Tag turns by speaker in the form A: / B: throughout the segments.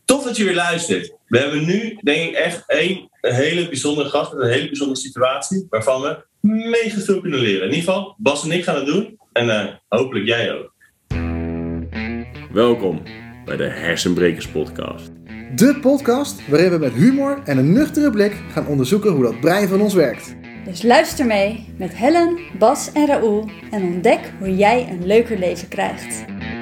A: Tof dat je weer luistert. We hebben nu, denk ik, echt een hele bijzondere gast met een hele bijzondere situatie, waarvan we mega veel kunnen leren. In ieder geval, Bas en ik gaan het doen. En hopelijk jij ook. Welkom bij de Hersenbrekers podcast.
B: De podcast waarin we met humor en een nuchtere blik gaan onderzoeken hoe dat brein van ons werkt.
C: Dus luister mee met Helen, Bas en Raoul en ontdek hoe jij een leuker leven krijgt.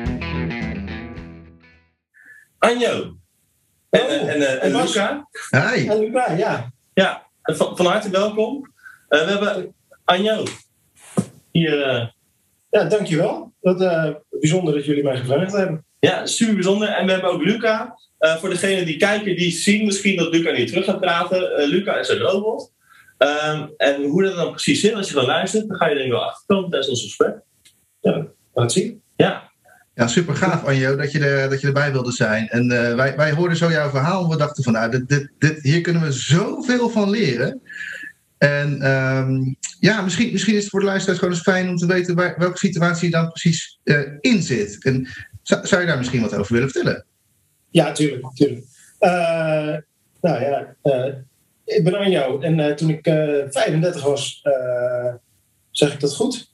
A: Anjo. En Luca.
D: Hi.
E: En Luca, ja.
A: Ja, van harte welkom. We hebben Anjo hier.
E: Ja, dankjewel. Bijzonder dat jullie mij gevraagd hebben.
A: Ja, super bijzonder. En we hebben ook Luca. Voor degenen die kijken, die zien misschien dat Luca niet terug gaat praten. Luca is een robot. En hoe dat dan precies zit, als je dan luistert, dan ga je er wel achterkomen tijdens ons gesprek.
E: Ja, we gaan het zien.
A: Ja.
D: Ja, super gaaf Anjo dat je erbij wilde zijn. En wij hoorden zo jouw verhaal en we dachten van hier kunnen we zoveel van leren. En misschien is het voor de luisteraars gewoon eens fijn om te weten welke situatie je dan precies in zit. En zou je daar misschien wat over willen vertellen?
E: Ja, tuurlijk. Ik ben Anjo en toen ik 35 was, zeg ik dat goed?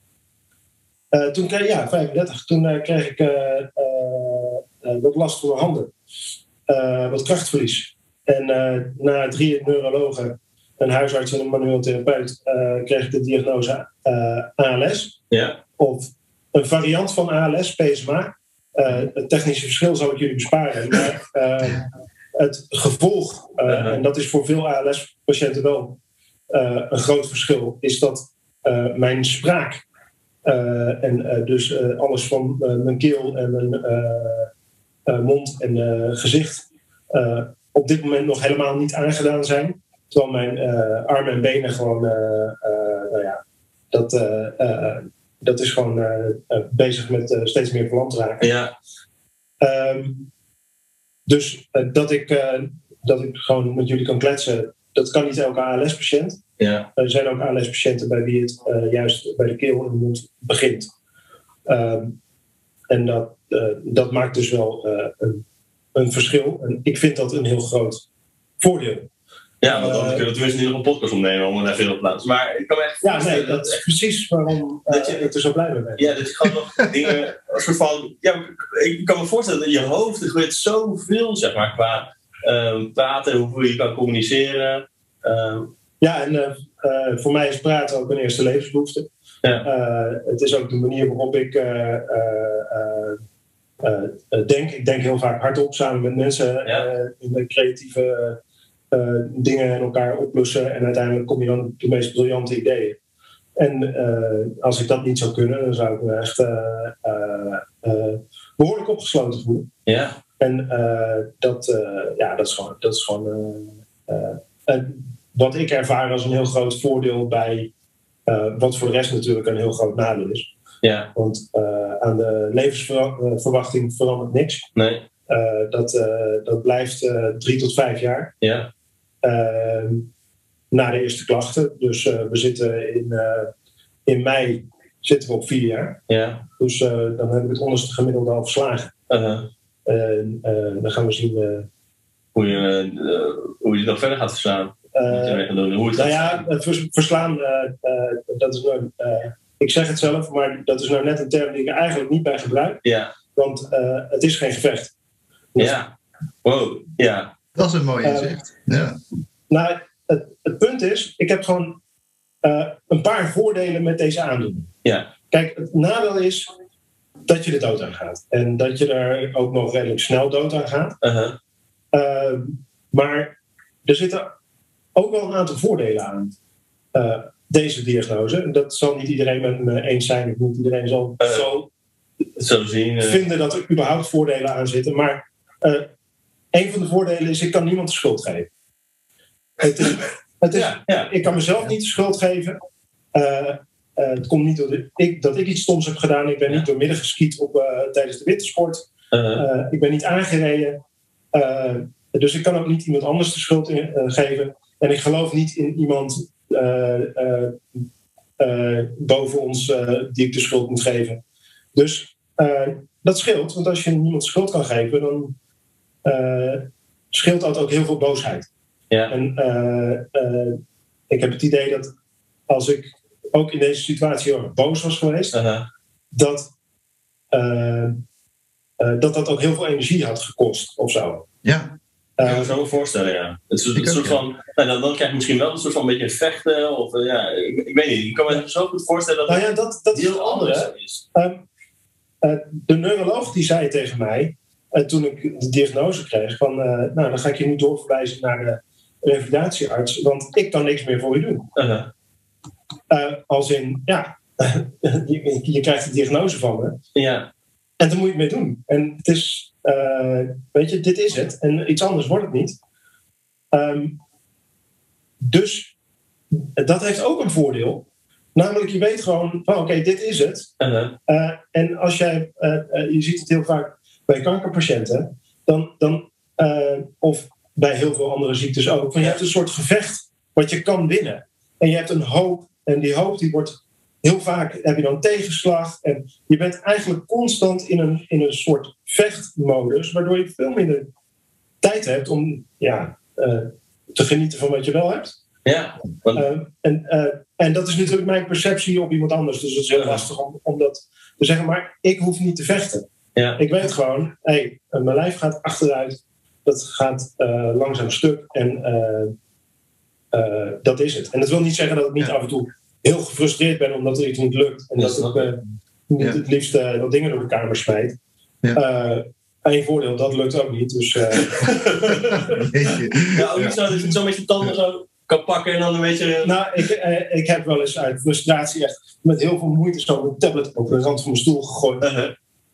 E: 35. Toen kreeg ik wat last van mijn handen. Wat krachtverlies. En na 3 neurologen, een huisarts en een manueel therapeut, kreeg ik de diagnose ALS.
A: Ja.
E: Of een variant van ALS, PSMA. Het technische verschil zal ik jullie besparen. Maar het gevolg, en dat is voor veel ALS-patiënten wel een groot verschil, is dat mijn spraak dus alles van mijn keel en mijn mond en gezicht op dit moment nog helemaal niet aangedaan zijn. Terwijl mijn armen en benen gewoon, dat is gewoon bezig met steeds meer verlamd raken.
A: Ja.
E: Dus dat ik gewoon met jullie kan kletsen, dat kan niet elke ALS-patiënt.
A: Ja.
E: Er zijn ook ALS-patiënten bij wie het juist bij de keel en de mond begint. En dat maakt dus wel een verschil. En ik vind dat een heel groot voordeel.
A: Ja, want dan kunnen we tenminste niet nog een podcast opnemen om er even op te plaatsen. Maar ik kan me echt
E: dat is precies waarom ik er zo blij mee ben.
A: Ja, dat je gewoon nog dingen, een soort van. Ja, ik kan me voorstellen dat je hoofd, er gebeurt zoveel, zeg maar, qua praten, hoe je kan communiceren.
E: Ja, en voor mij is praten ook een eerste levensbehoefte. Ja. Het is ook de manier waarop ik denk. Ik denk heel vaak hardop samen met mensen in de creatieve dingen en elkaar oplossen. En uiteindelijk kom je dan op de meest briljante ideeën. En als ik dat niet zou kunnen, dan zou ik me echt behoorlijk opgesloten voelen.
A: Ja.
E: En dat is gewoon wat ik ervaar als een heel groot voordeel bij wat voor de rest natuurlijk een heel groot nadeel is.
A: Ja.
E: Want aan de levensverwachting verandert niks.
A: Nee.
E: Dat blijft 3 tot 5 jaar.
A: Ja.
E: Na de eerste klachten. Dus we zitten in mei zitten we op 4 jaar.
A: Ja.
E: Dus dan heb ik het onderste gemiddelde al verslagen. Dan gaan we zien
A: hoe je het nog verder gaat verslaan.
E: Verslaan, dat is nou, ik zeg het zelf, maar dat is nou net een term die ik eigenlijk niet bij gebruik.
A: Ja.
E: Want het is geen gevecht.
A: Dus, ja. Wow. Ja.
D: Dat is een mooi inzicht. Ja.
E: Nou, het punt is, ik heb gewoon een paar voordelen met deze aandoening.
A: Ja.
E: Kijk, het nadeel is dat je er dood aan gaat. En dat je er ook nog redelijk snel dood aan gaat. Maar er zitten ook wel een aantal voordelen aan deze diagnose. Dat zal niet iedereen met me eens zijn. Of niet iedereen zal
A: zo zien,
E: vinden dat er überhaupt voordelen aan zitten. Maar een van de voordelen is, ik kan niemand de schuld geven. Ik kan mezelf niet de schuld geven. Het komt niet dat ik iets stoms heb gedaan. Ik ben niet doormidden geschiet tijdens de wintersport. Ik ben niet aangereden. Dus ik kan ook niet iemand anders de schuld geven. En ik geloof niet in iemand boven ons die ik de schuld moet geven. Dus dat scheelt. Want als je niemand schuld kan geven, scheelt dat ook heel veel boosheid.
A: Ja.
E: En ik heb het idee dat als ik ook in deze situatie heel erg boos was geweest, dat ook heel veel energie had gekost of zo.
D: Ja.
A: Ik kan me zo voorstellen, ja. Het is een soort van, dan krijg je misschien wel een soort van beetje vechten. Of, ik weet niet. Ik kan me zo goed voorstellen dat
E: dat
A: heel anders is.
E: De neuroloog die zei tegen mij, toen ik de diagnose kreeg, van dan ga ik je nu doorverwijzen naar de revalidatiearts, want ik kan niks meer voor je doen. Als in, je krijgt de diagnose van me.
A: Ja.
E: En daar moet je het mee doen. En het is, weet je, dit is het. En iets anders wordt het niet. Dus dat heeft ook een voordeel. Namelijk, je weet gewoon van oké, dit is het. En als jij, je ziet het heel vaak bij kankerpatiënten, dan of bij heel veel andere ziektes ook, van je hebt een soort gevecht wat je kan winnen. En je hebt een hoop, en die hoop die wordt heel vaak, heb je dan tegenslag. En je bent eigenlijk constant in een soort vechtmodus, waardoor je veel minder tijd hebt om te genieten van wat je wel hebt.
A: Ja.
E: En dat is natuurlijk mijn perceptie op iemand anders. Dus het is heel lastig om dat te zeggen. Maar ik hoef niet te vechten.
A: Ja.
E: Ik weet gewoon, mijn lijf gaat achteruit. Dat gaat langzaam stuk. En dat is het. En dat wil niet zeggen dat ik niet af en toe heel gefrustreerd ben omdat er iets niet lukt. En dat ik niet het liefst wat dingen door de kamer smijt. Eén voordeel, dat lukt ook niet. Dus,
A: ook niet zo dat je zo met je tanden zo kan pakken en dan een beetje...
E: Nou, ik heb wel eens uit frustratie echt met heel veel moeite zo mijn tablet op de rand van mijn stoel gegooid.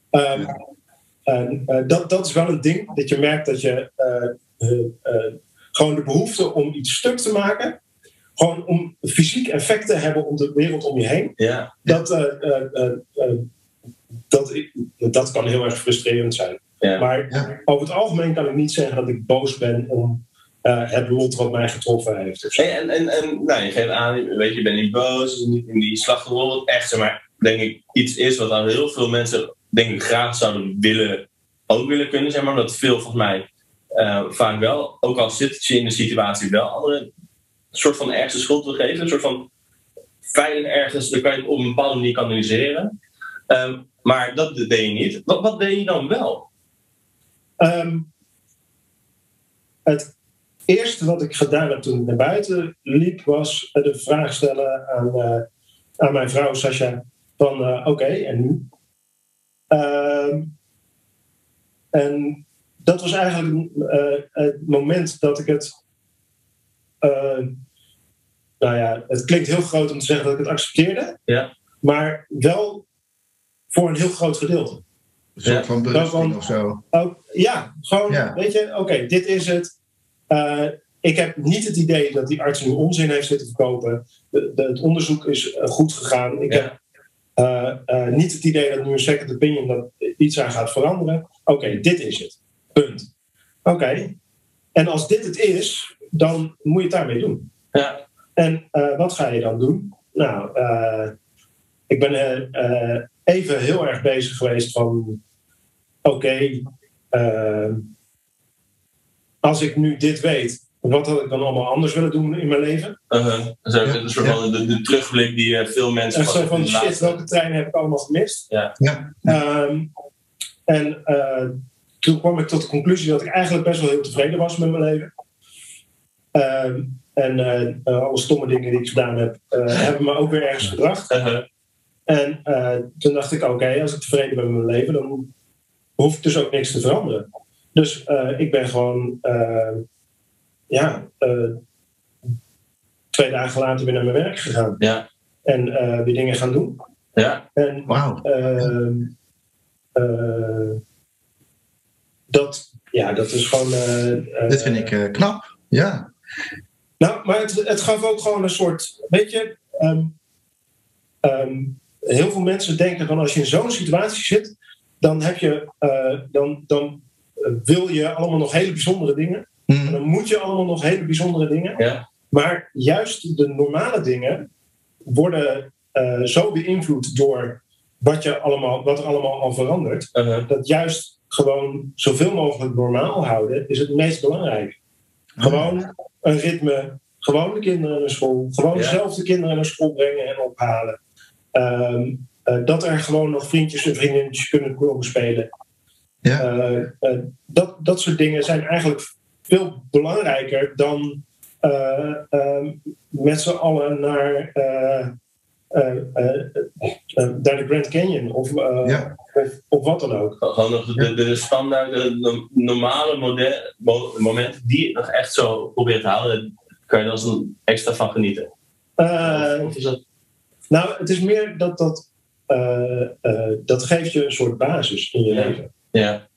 E: Dat is wel een ding, dat je merkt dat je gewoon de behoefte om iets stuk te maken, gewoon om fysiek effect te hebben op de wereld om je heen, dat kan heel erg frustrerend zijn. Ja. Maar over het algemeen kan ik niet zeggen dat ik boos ben om het lot wat mij getroffen heeft.
A: En je geeft aan, weet je bent niet boos, niet in die slachtofferrol, wat echt, zeg maar, denk ik, iets is wat aan heel veel mensen, denk ik, graag zouden willen kunnen, zeg maar, omdat veel, volgens mij, vaak wel, ook al zit je in de situatie wel, anderen een soort van ergens schuld wil geven, een soort van veilig ergens, dan kan je het op een bepaalde manier kanaliseren. Maar dat deed je niet. Wat deed je dan wel?
E: Het eerste wat ik gedaan heb toen ik naar buiten liep, was de vraag stellen aan mijn vrouw Sascha van oké, en nu? En dat was eigenlijk het moment dat ik het... het klinkt heel groot om te zeggen dat ik het accepteerde. Ja. Maar wel voor een heel groot gedeelte.
D: Een soort van berusting of zo.
E: Weet je, oké, dit is het. Ik heb niet het idee dat die arts nu onzin heeft zitten verkopen. Het onderzoek is goed gegaan. Ik heb niet het idee dat nu een second opinion dat iets aan gaat veranderen. Oké, dit is het. Punt. Oké. En als dit het is, dan moet je het daarmee doen. Ja. En wat ga je dan doen? Nou, ik ben even heel erg bezig geweest van... als ik nu dit weet, wat had ik dan allemaal anders willen doen in mijn leven?
A: Een soort van de terugblik die veel mensen...
E: Een soort van shit, welke treinen heb ik allemaal gemist? Toen kwam ik tot de conclusie dat ik eigenlijk best wel heel tevreden was met mijn leven. Alle stomme dingen die ik gedaan heb, hebben me ook weer ergens gebracht. En toen dacht ik, als ik tevreden ben met mijn leven, dan hoef ik dus ook niks te veranderen. Dus ik ben gewoon 2 dagen later weer naar mijn werk gegaan. Ja. En weer dingen gaan doen.
A: Ja.
E: En dat is gewoon...
D: Dit vind ik knap, ja.
E: Nou, maar het gaf ook gewoon een soort... Weet je... heel veel mensen denken van als je in zo'n situatie zit, dan heb je... dan wil je allemaal nog hele bijzondere dingen. En dan moet je allemaal nog hele bijzondere dingen. Ja. Maar juist de normale dingen worden zo beïnvloed door wat er allemaal al verandert. Dat juist gewoon zoveel mogelijk normaal houden is het meest belangrijk. Gewoon een ritme, gewoon de kinderen naar school, gewoon zelf de kinderen naar school brengen en ophalen. Dat er gewoon nog vriendjes en vriendinnetjes kunnen komen spelen. Ja. Dat soort dingen zijn eigenlijk veel belangrijker dan met z'n allen naar de Grand Canyon of wat dan ook.
A: Gewoon nog de standaard, de normale momenten die je nog echt zo probeert te houden, kan je er als een extra van genieten. Of is dat...
E: Nou, het is meer dat geeft je een soort basis in je leven.
A: Ja.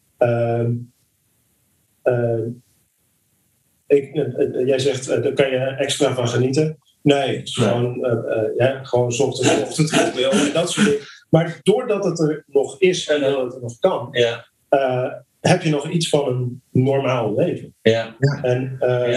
E: Jij zegt, daar kan je extra van genieten. Nee, het is gewoon 's ochtends en dat soort dingen. Maar doordat het er nog is en dat het er nog kan, heb je nog iets van een normaal leven.
A: Ja.
E: En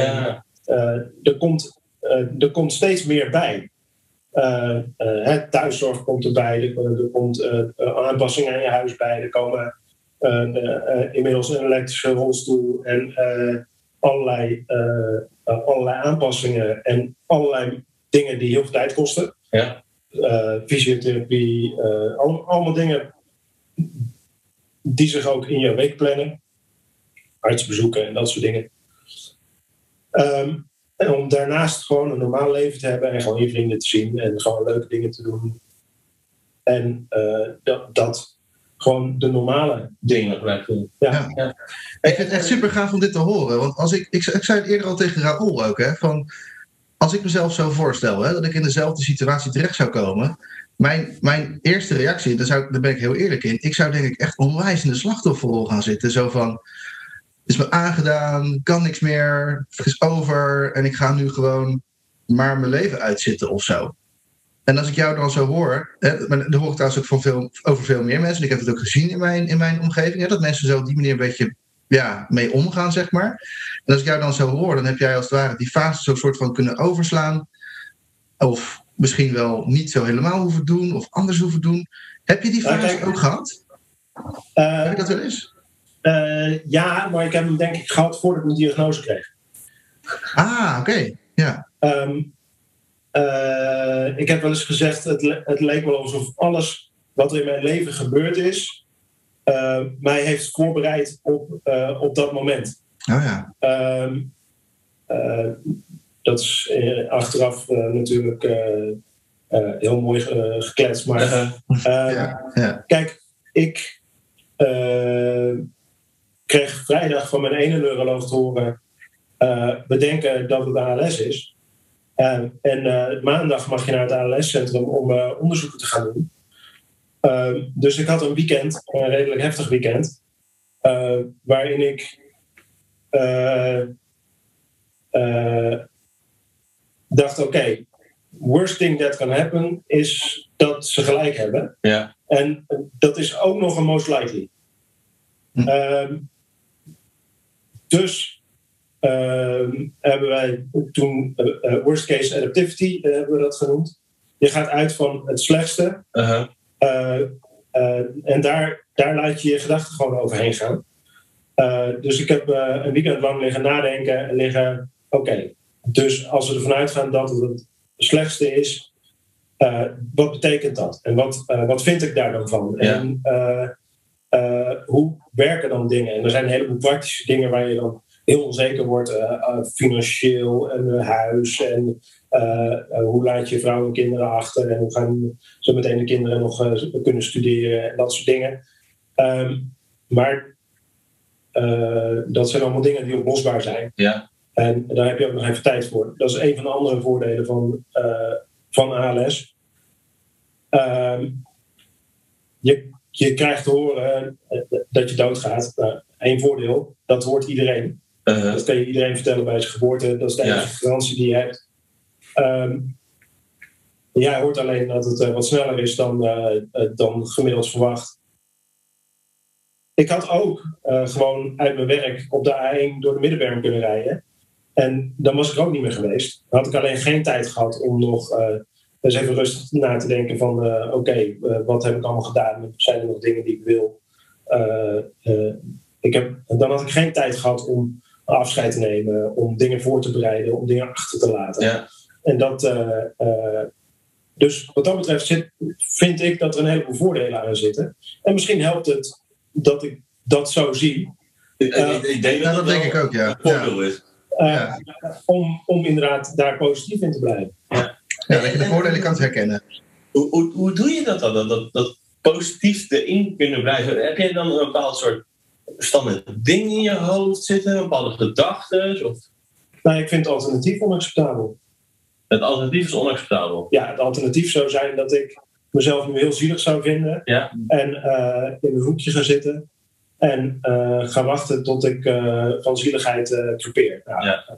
E: er komt steeds meer bij. Thuiszorg komt erbij, er komt aanpassingen aan je huis bij, er komen inmiddels een elektrische rolstoel en allerlei aanpassingen en allerlei dingen die heel veel tijd kosten.
A: Ja.
E: Fysiotherapie, allemaal dingen die zich ook in je week plannen. Artsbezoeken en dat soort dingen. En om daarnaast gewoon een normaal leven te hebben en gewoon je vrienden te zien en gewoon leuke dingen te doen. En dat gewoon de normale dingen blijft doen.
D: Ja. Ik vind het echt super gaaf om dit te horen. Want ik zei het eerder al tegen Raoul ook, hè, van als ik mezelf zo voorstel, hè, dat ik in dezelfde situatie terecht zou komen. Mijn eerste reactie, daar ben ik heel eerlijk in. Ik zou denk ik echt onwijs in de slachtofferrol gaan zitten. Zo van, is me aangedaan, kan niks meer, het is over en ik ga nu gewoon maar mijn leven uitzitten of zo. En als ik jou dan zo hoor, maar dat hoor ik trouwens ook over veel meer mensen. Ik heb het ook gezien in mijn omgeving, dat mensen zo op die manier een beetje mee omgaan, zeg maar. En als ik jou dan zo hoor, dan heb jij als het ware die fase zo soort van kunnen overslaan. Of misschien wel niet zo helemaal hoeven doen, of anders hoeven doen. Heb je die fase ook gehad? Heb je dat wel eens?
E: Ja, maar ik heb hem denk ik gehad voordat ik mijn diagnose kreeg.
D: Oké. Ja.
E: Ik heb wel eens gezegd, het leek wel alsof alles wat er in mijn leven gebeurd is, mij heeft voorbereid op dat moment.
D: Oh ja.
E: Dat is achteraf natuurlijk heel mooi gekletst. Maar kijk, ik kreeg vrijdag van mijn ene neuroloog te horen, bedenken dat het ALS is. Maandag mag je naar het ALS-centrum om onderzoeken te gaan doen. Dus ik had een weekend, een redelijk heftig weekend, waarin ik dacht, oké, worst thing that can happen is dat ze gelijk hebben.
A: Ja.
E: En dat is ook nog een most likely. Dus hebben wij toen worst case adaptivity hebben we dat genoemd. Je gaat uit van het slechtste. En daar laat je je gedachten gewoon overheen gaan. Dus ik heb een weekend lang liggen nadenken en liggen, oké, dus als we ervan uitgaan dat het slechtste is, wat betekent dat? En wat vind ik daar dan van? Ja. En hoe werken dan dingen? En er zijn een heleboel praktische dingen waar je dan heel onzeker wordt, financieel en huis en hoe laat je vrouw en kinderen achter en hoe gaan zo meteen de kinderen nog kunnen studeren en dat soort dingen. Maar dat zijn allemaal dingen die oplosbaar zijn.
A: Ja.
E: En daar heb je ook nog even tijd voor. Dat is een van de andere voordelen van ALS. Je krijgt te horen dat je doodgaat. Eén voordeel, dat hoort iedereen. Dat kan je iedereen vertellen bij zijn geboorte. Dat is de enige garantie die je hebt. Jij hoort alleen dat het wat sneller is dan gemiddeld verwacht. Ik had ook gewoon uit mijn werk op de A1 door de Middenberm kunnen rijden. En dan was ik ook niet meer geweest. Dan had ik alleen geen tijd gehad om nog eens even rustig na te denken van oké, wat heb ik allemaal gedaan? Zijn er nog dingen die ik wil? dan had ik geen tijd gehad om afscheid te nemen, om dingen voor te bereiden, om dingen achter te laten.
A: Ja.
E: En dus wat dat betreft vind ik dat er een heleboel voordelen aan zitten. En misschien helpt het dat ik dat zo zie.
A: Ik denk
D: dat denk ik ook, ja.
A: Een voordeel is.
E: Om inderdaad daar positief in te blijven.
D: Ja, dat je de voordelen kan herkennen.
A: Hoe doe je dat dan? Dat positief erin kunnen blijven? Heb je dan een bepaald soort standaard ding in je hoofd zitten? Bepaalde gedachten? Of?
E: Nou, ik vind het alternatief onacceptabel.
A: Het alternatief is onacceptabel?
E: Ja, het alternatief zou zijn dat ik mezelf nu heel zielig zou vinden.
A: Ja.
E: En in een hoekje ga zitten. En ga wachten tot ik van zieligheid crepeer. Nou,
A: ja.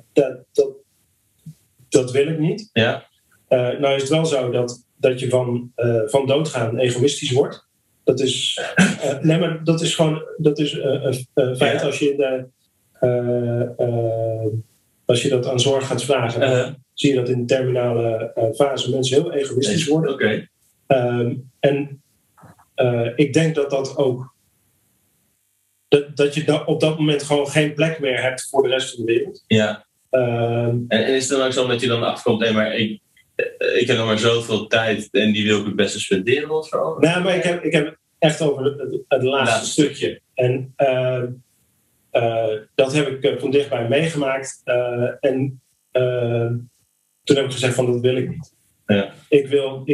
E: Dat wil ik niet.
A: Ja.
E: Nou is het wel zo dat je van doodgaan egoïstisch wordt. Dat is, nee, maar dat is gewoon een feit.
A: Ja.
E: Als je dat aan zorg gaat vragen, zie je dat in de terminale fase mensen heel egoïstisch worden.
A: Okay.
E: En ik denk dat ook dat je op dat moment gewoon geen plek meer hebt voor de rest van de wereld.
A: Ja. En is het dan ook zo dat je dan afkomt, nee, maar ik heb nog maar zoveel tijd en die wil ik het beste spenderen of zo?
E: Nee, maar ik heb het echt over het laatste stukje. En dat heb ik van dichtbij meegemaakt. En toen heb ik gezegd van dat wil ik niet.
A: Ja.
E: Ik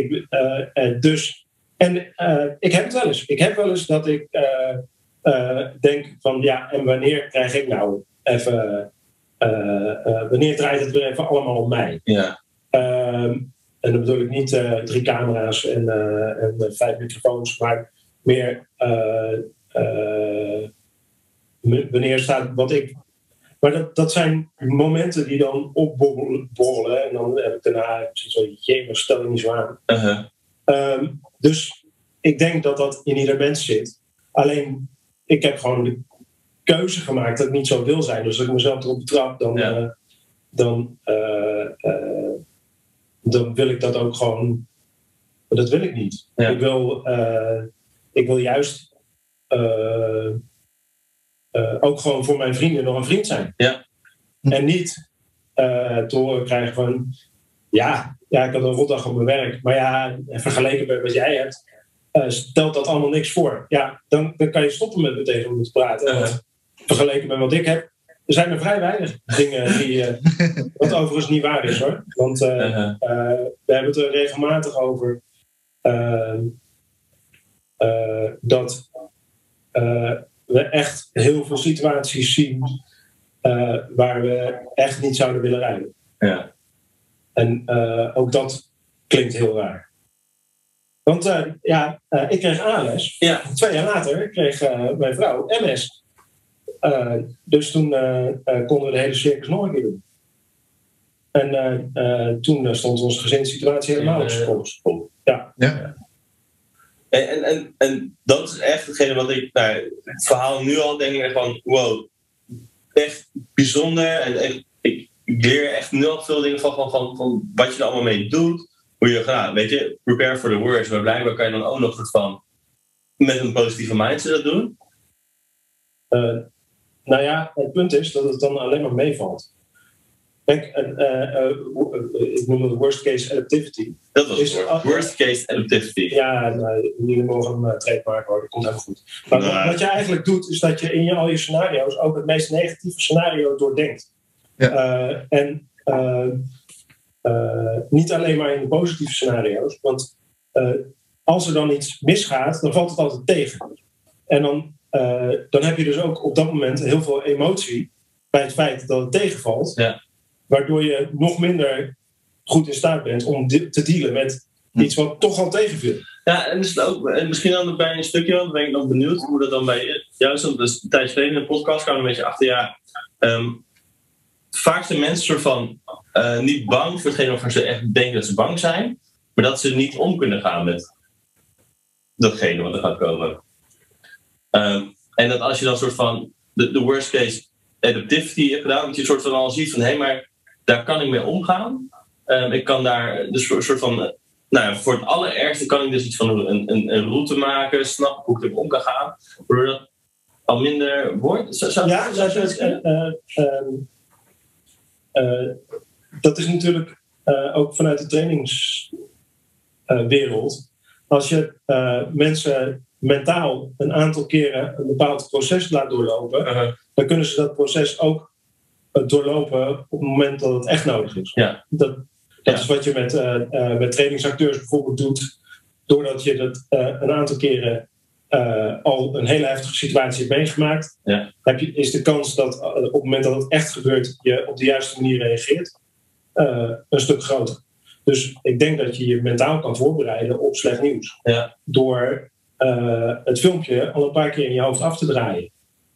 E: heb het wel eens. Ik heb wel eens dat ik denk van ja, en wanneer krijg ik nou even... wanneer draait het weer even allemaal om mij?
A: Ja.
E: En dan bedoel ik niet 3 camera's en 5 microfoons, maar meer wanneer staat wat ik... Maar dat zijn momenten die dan opborrelen en dan heb ik daarna zo, maar stel je niet zo aan.
A: Uh-huh.
E: Dus ik denk dat in ieder mens zit. Alleen, ik heb gewoon de keuze gemaakt dat ik niet zo wil zijn. Dus als ik mezelf erop betrap, dan wil ik dat ook gewoon... Maar dat wil ik niet. Ja. Ik wil juist ook gewoon voor mijn vrienden nog een vriend zijn.
A: Ja.
E: En niet te horen krijgen van... Ja, ik had een rotdag op mijn werk. Maar ja, vergeleken met wat jij hebt... stelt dat allemaal niks voor. Ja, dan kan je stoppen met me tegen me te praten. Want vergeleken met wat ik heb... Er zijn er vrij weinig dingen die... wat overigens niet waar is, hoor. Want we hebben het er regelmatig over... dat we echt heel veel situaties zien... waar we echt niet zouden willen rijden.
A: Ja.
E: En ook dat klinkt heel raar. Want ik kreeg ALS. Ja. 2 jaar later kreeg mijn vrouw MS. Dus toen konden we de hele circus nog een keer doen. En toen stond onze gezinssituatie helemaal op zijn kop. Ja.
A: Ja. En dat is echt hetgene wat ik het verhaal nu al denk van wow, echt bijzonder. En echt, ik leer echt nu al veel dingen van wat je er allemaal mee doet. Hoe je, weet je, prepare for the worst. Maar blijkbaar kan je dan ook nog soort van met een positieve mindset dat doen.
E: Nou ja, het punt is dat het dan alleen maar meevalt. Kijk, ik noem het worst case adaptivity.
A: Dat was het woord. Worst case adaptivity.
E: Ja, jullie mogen hem trademarken hoor, dat komt helemaal goed. Maar wat je eigenlijk doet, is dat je in al je scenario's ook het meest negatieve scenario doordenkt. Ja. Niet alleen maar in de positieve scenario's, want als er dan iets misgaat, dan valt het altijd tegen. En dan heb je dus ook op dat moment heel veel emotie bij het feit dat het tegenvalt. Ja. Waardoor je nog minder goed in staat bent om te dealen met iets wat toch al tegenviel.
A: Ja, en is het ook, misschien dan bij een stukje, want ben ik nog benieuwd hoe dat dan bij juist dus een tijdje geleden in de podcast kwam een beetje achter, vaak zijn mensen soort van niet bang voor hetgeen waarvan ze echt denken dat ze bang zijn, maar dat ze niet om kunnen gaan met datgene wat er gaat komen. En dat als je dan soort van de worst case adaptivity hebt gedaan, dat je soort van al ziet van maar daar kan ik mee omgaan. Ik kan daar dus een soort van voor het allerergste kan ik dus iets van een route maken, snappen hoe ik ermee om kan gaan. Waardoor dat al minder wordt?
E: Dat is natuurlijk ook vanuit de trainingswereld. Als je mensen mentaal een aantal keren een bepaald proces laat doorlopen, dan kunnen ze dat proces ook doorlopen op het moment dat het echt nodig is.
A: Ja.
E: Dat is wat je met trainingsacteurs bijvoorbeeld doet. Doordat je dat een aantal keren al een hele heftige situatie hebt meegemaakt, is de kans dat op het moment dat het echt gebeurt, je op de juiste manier reageert een stuk groter. Dus ik denk dat je je mentaal kan voorbereiden op slecht nieuws.
A: Ja.
E: Door het filmpje al een paar keer in je hoofd af te draaien.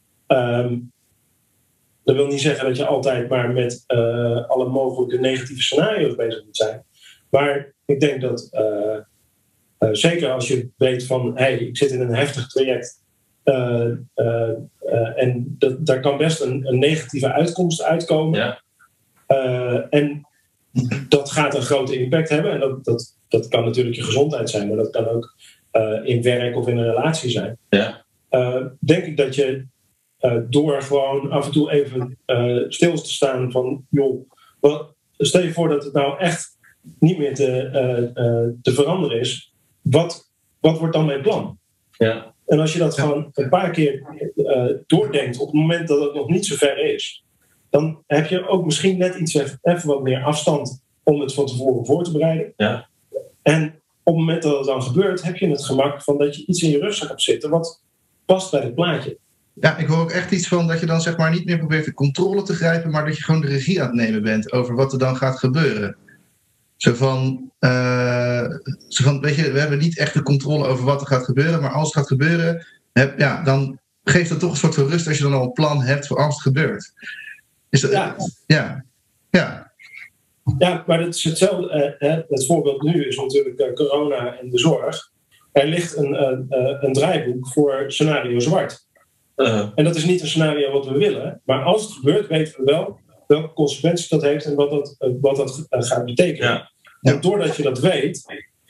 E: Dat wil niet zeggen dat je altijd maar met alle mogelijke negatieve scenario's bezig moet zijn. Maar ik denk dat zeker als je weet van ik zit in een heftig traject en daar kan best een negatieve uitkomst uitkomen.
A: Ja.
E: En dat gaat een grote impact hebben. En dat kan natuurlijk je gezondheid zijn, maar dat kan ook in werk of in een relatie zijn.
A: Ja.
E: Denk ik dat je door gewoon af en toe even stil te staan van, joh, stel je voor dat het nou echt niet meer te veranderen is. Wat wordt dan mijn plan?
A: Ja.
E: En als je dat gewoon een paar keer doordenkt op het moment dat het nog niet zo ver is, dan heb je ook misschien net iets even wat meer afstand om het van tevoren voor te bereiden.
A: Ja.
E: En op het moment dat het dan gebeurt, heb je het gemak van dat je iets in je rugzak hebt zitten wat past bij het plaatje.
D: Ja, ik hoor ook echt iets van dat je dan zeg maar niet meer probeert de controle te grijpen, maar dat je gewoon de regie aan het nemen bent over wat er dan gaat gebeuren. Zo van, weet je, we hebben niet echt de controle over wat er gaat gebeuren, maar als het gaat gebeuren, dan geeft het toch een soort van rust als je dan al een plan hebt voor als het gebeurt. Is dat, ja.
E: Ja, maar het is hetzelfde. Het voorbeeld nu is natuurlijk corona en de zorg. Er ligt een draaiboek voor scenario zwart. En dat is niet een scenario wat we willen. Maar als het gebeurt, weten we wel welke consequenties dat heeft en wat dat gaat betekenen.
A: Ja.
E: En doordat je dat weet,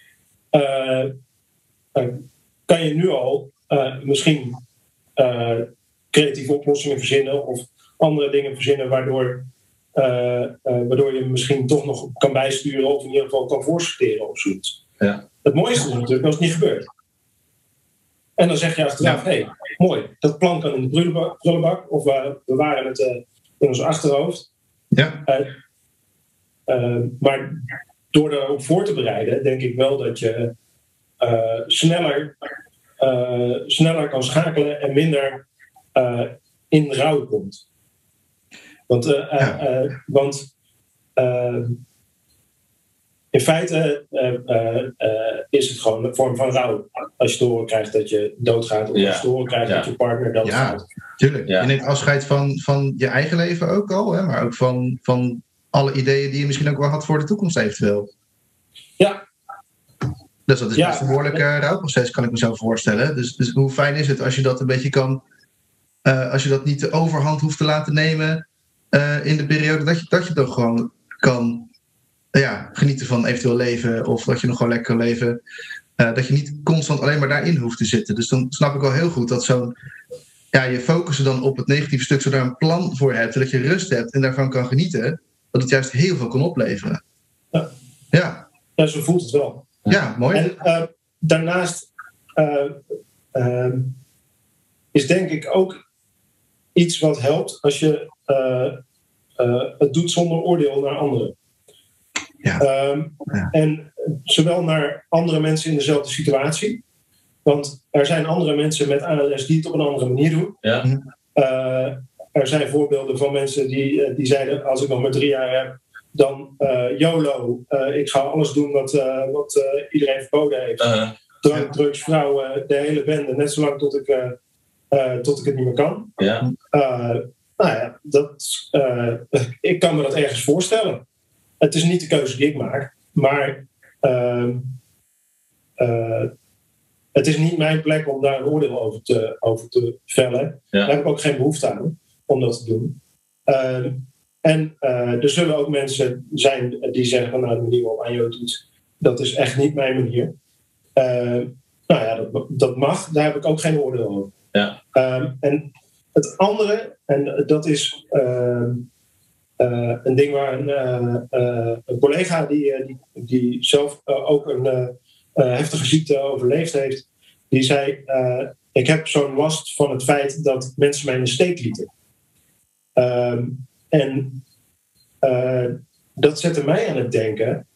E: kan je nu al misschien creatieve oplossingen verzinnen of andere dingen verzinnen waardoor je misschien toch nog kan bijsturen of in ieder geval kan voorsorteren of zoiets.
A: Ja.
E: Het mooiste is natuurlijk als het niet gebeurt. En dan zeg je achteraf, mooi, dat plan kan in de prullenbak of we bewaren het in ons achterhoofd.
D: Ja.
E: Maar door erop voor te bereiden, denk ik wel dat je sneller kan schakelen en minder in rouw komt. Want in feite is het gewoon een vorm van rouw. Als je te horen krijgt dat je doodgaat, of als je te horen krijgt dat je partner doodgaat.
D: Ja, tuurlijk.
A: Ja.
D: Je neemt afscheid van je eigen leven ook al, hè? Maar ook van alle ideeën die je misschien ook wel had voor de toekomst eventueel.
E: Ja.
D: Dus dat is best een behoorlijk rouwproces, kan ik me zo voorstellen. Dus hoe fijn is het als je dat een beetje kan, als je dat niet de overhand hoeft te laten nemen in de periode dat je toch gewoon kan genieten van eventueel leven, of dat je nog gewoon lekker kan leven. Dat je niet constant alleen maar daarin hoeft te zitten. Dus dan snap ik wel heel goed dat je focussen dan op het negatieve stuk, zodat je daar een plan voor hebt, zodat je rust hebt en daarvan kan genieten, dat het juist heel veel kan opleveren.
E: Ja, zo voelt het wel.
D: Ja, mooi.
E: En daarnaast is denk ik ook iets wat helpt als je het doet zonder oordeel naar anderen.
D: Ja.
E: En zowel naar andere mensen in dezelfde situatie. Want er zijn andere mensen met ALS die het op een andere manier doen.
A: Ja.
E: Er zijn voorbeelden van mensen die zeiden, als ik nog maar 3 jaar heb, dan YOLO, ik ga alles doen wat iedereen verboden heeft. Drank, drugs, vrouwen, de hele bende, net zolang tot ik het niet meer kan.
A: Ja.
E: Ik kan me dat ergens voorstellen. Het is niet de keuze die ik maak, maar het is niet mijn plek om daar een oordeel over te vellen.
A: Ja.
E: Daar heb ik ook geen behoefte aan om dat te doen. En er zullen ook mensen zijn die zeggen van de manier waarop Anjo doet, dat is echt niet mijn manier. Dat mag, daar heb ik ook geen oordeel over.
A: Ja.
E: En het andere, en dat is een ding waar een collega die zelf ook een heftige ziekte overleefd heeft, die zei, ik heb zo'n last van het feit dat mensen mij in de steek lieten. En dat zette mij aan het denken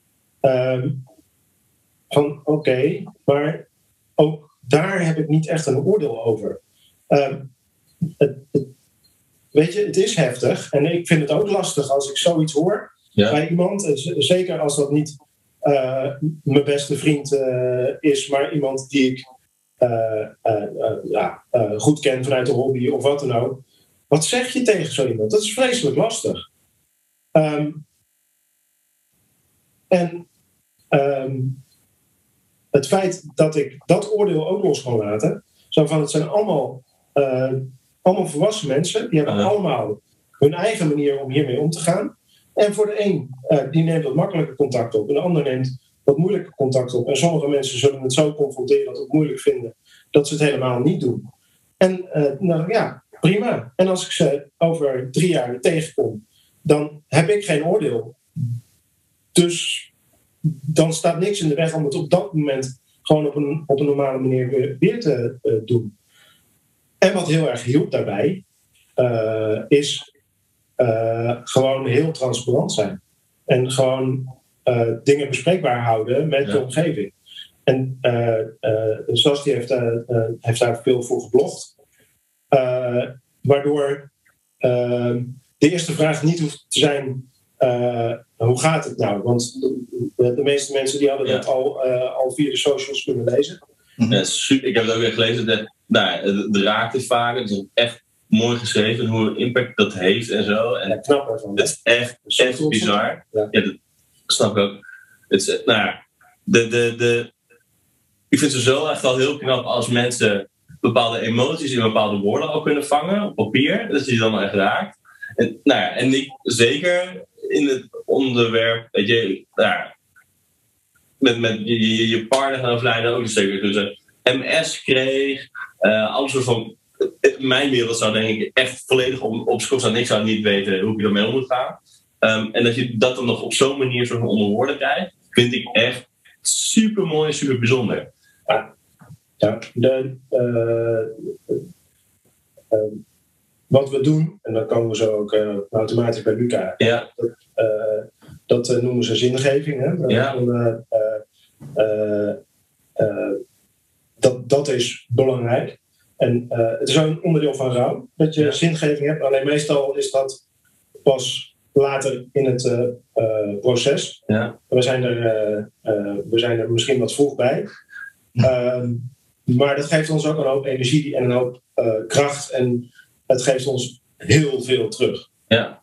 E: van oké, maar ook daar heb ik niet echt een oordeel over. Weet je, het is heftig en ik vind het ook lastig als ik zoiets hoor bij iemand. Zeker als dat niet mijn beste vriend is, maar iemand die ik goed ken vanuit de hobby of wat dan ook. Wat zeg je tegen zo iemand? Dat is vreselijk lastig. Het feit dat ik dat oordeel ook los kan laten, zo van het zijn allemaal volwassen mensen, die hebben allemaal hun eigen manier om hiermee om te gaan. En voor de een, die neemt wat makkelijker contact op, en de ander neemt wat moeilijker contact op. En sommige mensen zullen het zo confronteren dat het moeilijk vinden dat ze het helemaal niet doen. En prima. En als ik ze over 3 jaar tegenkom, dan heb ik geen oordeel. Dus dan staat niks in de weg om het op dat moment gewoon op een normale manier weer te doen. En wat heel erg hielp daarbij, is gewoon heel transparant zijn. En gewoon dingen bespreekbaar houden met de omgeving. En Sas die heeft daar veel voor geblogd. Waardoor de eerste vraag niet hoeft te zijn, hoe gaat het nou? Want de meeste mensen die hadden dat al via de socials kunnen lezen.
A: Ja, super. Ik heb het ook weer gelezen. De raakt het vaak. Het is echt mooi geschreven hoe impact dat heeft en zo. En
E: knap ervan.
A: Het is echt bizar. Ja, dat snap ik ook. Het is, ik vind het zo echt al heel knap als mensen bepaalde emoties in bepaalde woorden al kunnen vangen op papier. Dat je die dan echt raakt. En ik zeker in het onderwerp, weet je, met je partner gaan overlijden, ook zeker toen ze MS kreeg, alles van mijn wereld zou denk ik echt volledig op schop staan. Ik zou niet weten hoe ik ermee om moet gaan. En dat je dat dan nog op zo'n manier soort van onder woorden krijgt, vind ik echt super mooi en super bijzonder.
E: Wat we doen, en dan komen we zo ook automatisch bij Luca.
A: Ja.
E: Dat noemen ze zingeving. Hè? Dat is belangrijk. En het is ook een onderdeel van rouw, dat je zingeving hebt. Alleen meestal is dat pas later in het proces.
A: Ja.
E: We zijn er misschien wat vroeg bij. Maar dat geeft ons ook een hoop energie en een hoop kracht. En het geeft ons heel veel terug.
A: Ja.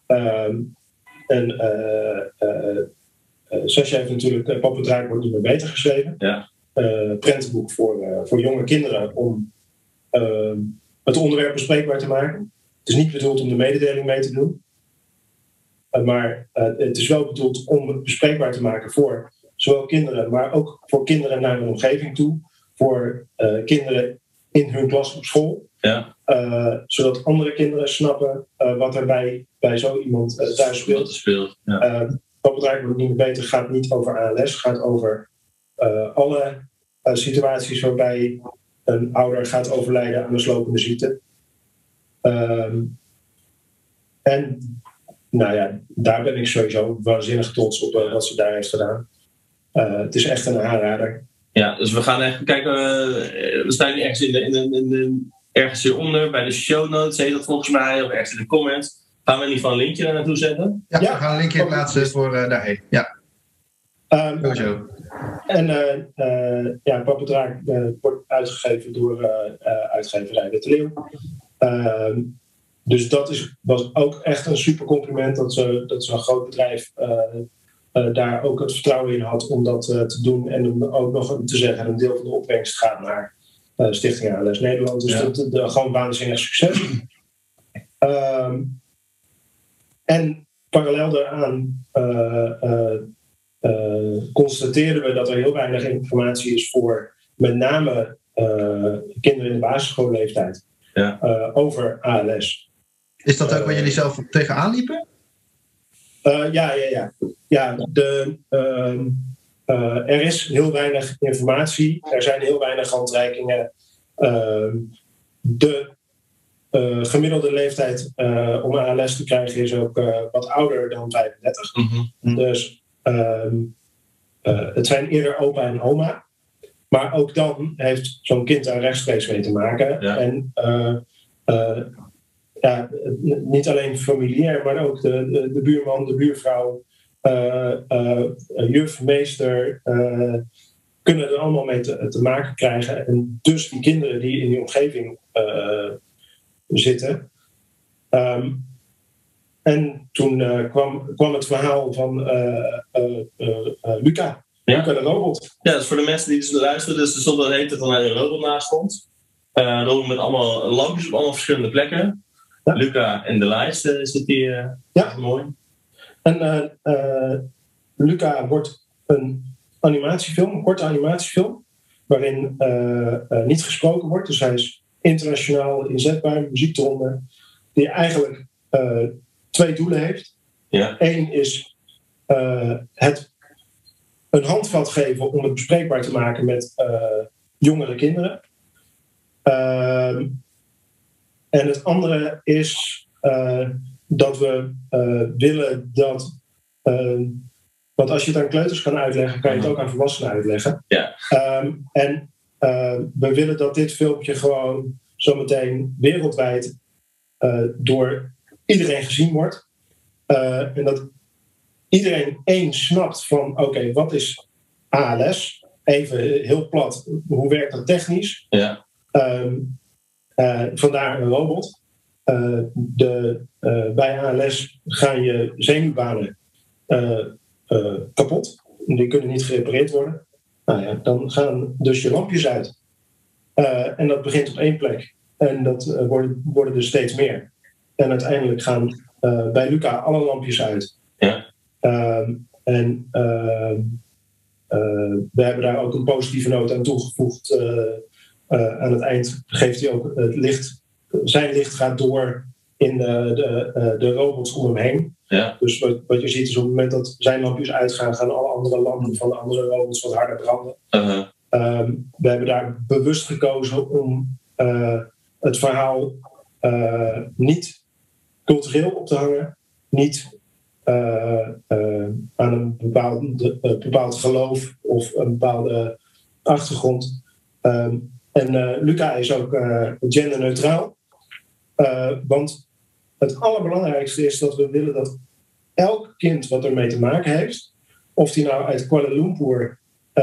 E: Sascha heeft natuurlijk Papa Draak wordt niet meer beter geschreven.
A: Ja.
E: Prentenboek voor jonge kinderen om het onderwerp bespreekbaar te maken. Het is niet bedoeld om de mededeling mee te doen. Maar het is wel bedoeld om het bespreekbaar te maken voor zowel kinderen, maar ook voor kinderen naar hun omgeving toe. Voor kinderen in hun klas op school.
A: Ja.
E: Zodat andere kinderen snappen wat er bij zo iemand thuis speelt.
A: Ja.
E: Papa Draak wordt niet meer beter gaat niet over ALS. Gaat over alle situaties waarbij een ouder gaat overlijden aan een slopende ziekte. En daar ben ik sowieso waanzinnig trots op wat ze daar heeft gedaan. Het is echt een aanrader.
A: Ja, dus we gaan even kijken. We staan nu ergens ergens hieronder bij de show notes, heet dat volgens mij, of ergens in de comments. Gaan we in ieder geval een linkje daar naartoe zetten?
D: Ja, we gaan een linkje plaatsen voor daarheen. Ja. Sowieso.
E: En Papa Draak wordt uitgegeven door uitgeverij Witte Leeuw. Dus dat was ook echt een super compliment dat zo'n groot bedrijf daar ook het vertrouwen in had om dat te doen. En om ook nog te zeggen, een deel van de opbrengst gaat naar Stichting ALS Nederland. Dus dat gewoon waanzinnig succes. En parallel daaraan constateerden we dat er heel weinig informatie is voor met name kinderen in de basisschoolleeftijd over ALS.
D: Is dat ook waar jullie zelf tegenaan liepen?
E: Ja, er is heel weinig informatie. Er zijn heel weinig handreikingen. De gemiddelde leeftijd om ALS te krijgen is ook wat ouder dan 35.
A: Mm-hmm.
E: Dus het zijn eerder opa en oma. Maar ook dan heeft zo'n kind daar rechtstreeks mee te maken.
A: Ja.
E: En niet alleen familiair, maar ook de buurman, de buurvrouw, juf, meester, kunnen er allemaal mee te maken krijgen. En dus die kinderen die in die omgeving zitten. En toen kwam het verhaal van Luca.
A: Ja.
E: Luca de robot.
A: Ja, dus voor de mensen die dus luisteren, dus er stond al de hele tijd dan een robot naast ons. Een robot met allemaal lampjes op allemaal verschillende plekken. Ja. Luca en de lijst zit hier. Mooi.
E: En Luca wordt een animatiefilm, een korte animatiefilm, waarin niet gesproken wordt. Dus hij is internationaal inzetbaar, muziek eronder, die eigenlijk 2 doelen heeft.
A: Ja.
E: 1 is het een handvat geven om het bespreekbaar te maken met jongere kinderen. En het andere is dat we willen dat... want als je het aan kleuters kan uitleggen, kan je het ook aan volwassenen uitleggen.
A: Ja.
E: En we willen dat dit filmpje gewoon zometeen wereldwijd door iedereen gezien wordt. En dat iedereen snapt van oké, wat is ALS? Even heel plat, hoe werkt dat technisch?
A: Ja.
E: Vandaar een robot. Bij ALS gaan je zenuwbanen kapot. Die kunnen niet gerepareerd worden. Nou ja, dan gaan dus je lampjes uit. En dat begint op 1 plek. En dat worden er steeds meer. En uiteindelijk gaan bij Luca alle lampjes uit.
A: Ja.
E: We hebben daar ook een positieve noot aan toegevoegd. Aan het eind geeft hij ook het licht. Zijn licht gaat door in de robots om hem heen.
A: Ja.
E: Dus wat je ziet is op het moment dat zijn lampjes uitgaan, gaan alle andere lampen van de andere robots wat harder branden.
A: Uh-huh.
E: We hebben daar bewust gekozen om het verhaal niet cultureel op te hangen. Niet aan een bepaald geloof of een bepaalde achtergrond. En Luca is ook genderneutraal. Want het allerbelangrijkste is dat we willen dat elk kind wat ermee te maken heeft, of die nou uit Kuala Lumpur,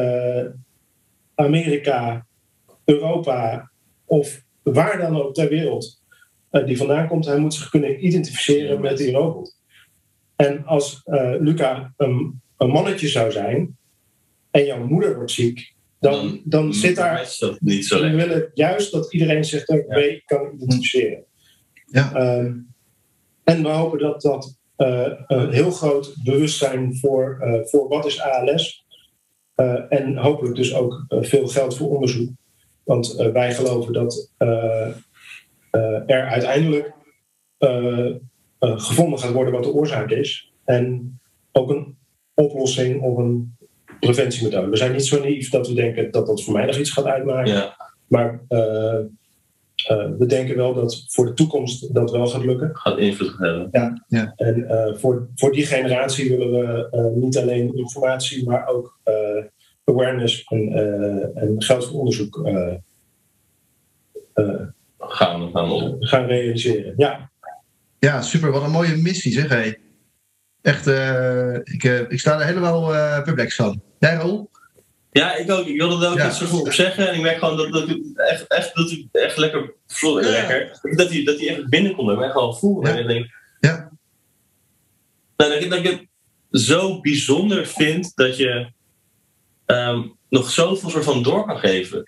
E: Amerika, Europa of waar dan ook ter wereld die vandaan komt, hij moet zich kunnen identificeren met die robot. En als Luca een mannetje zou zijn en jouw moeder wordt ziek, dan zit daar...
A: Niet zo
E: we willen juist dat iedereen zich daarmee kan identificeren.
D: Ja.
E: En we hopen dat een heel groot bewustzijn voor wat is ALS. En hopelijk dus ook veel geld voor onderzoek. Want wij geloven dat er uiteindelijk gevonden gaat worden wat de oorzaak is. En ook een oplossing of een preventiemethode. We zijn niet zo naïef dat we denken dat dat voor mij nog iets gaat uitmaken.
A: Ja.
E: Maar we denken wel dat voor de toekomst dat wel gaat lukken.
A: Gaat invloed hebben.
E: Ja. En voor die generatie willen we niet alleen informatie, maar ook awareness en geld voor onderzoek gaan realiseren. Ja.
D: Ja, super. Wat een mooie missie, zeg. Hey. Echt, ik sta er helemaal perplex van. Jij, Raoul?
A: Ja, ik ook. Ik wilde er ook iets op zeggen. En ik merk gewoon dat het echt lekker voelt. Ja. Lekker. Dat hij echt binnenkomt. En ik gewoon voel.
D: Ja.
A: En ik denk...
D: Ja.
A: Nou, dat ik het zo bijzonder vind dat je nog zoveel soort van door kan geven.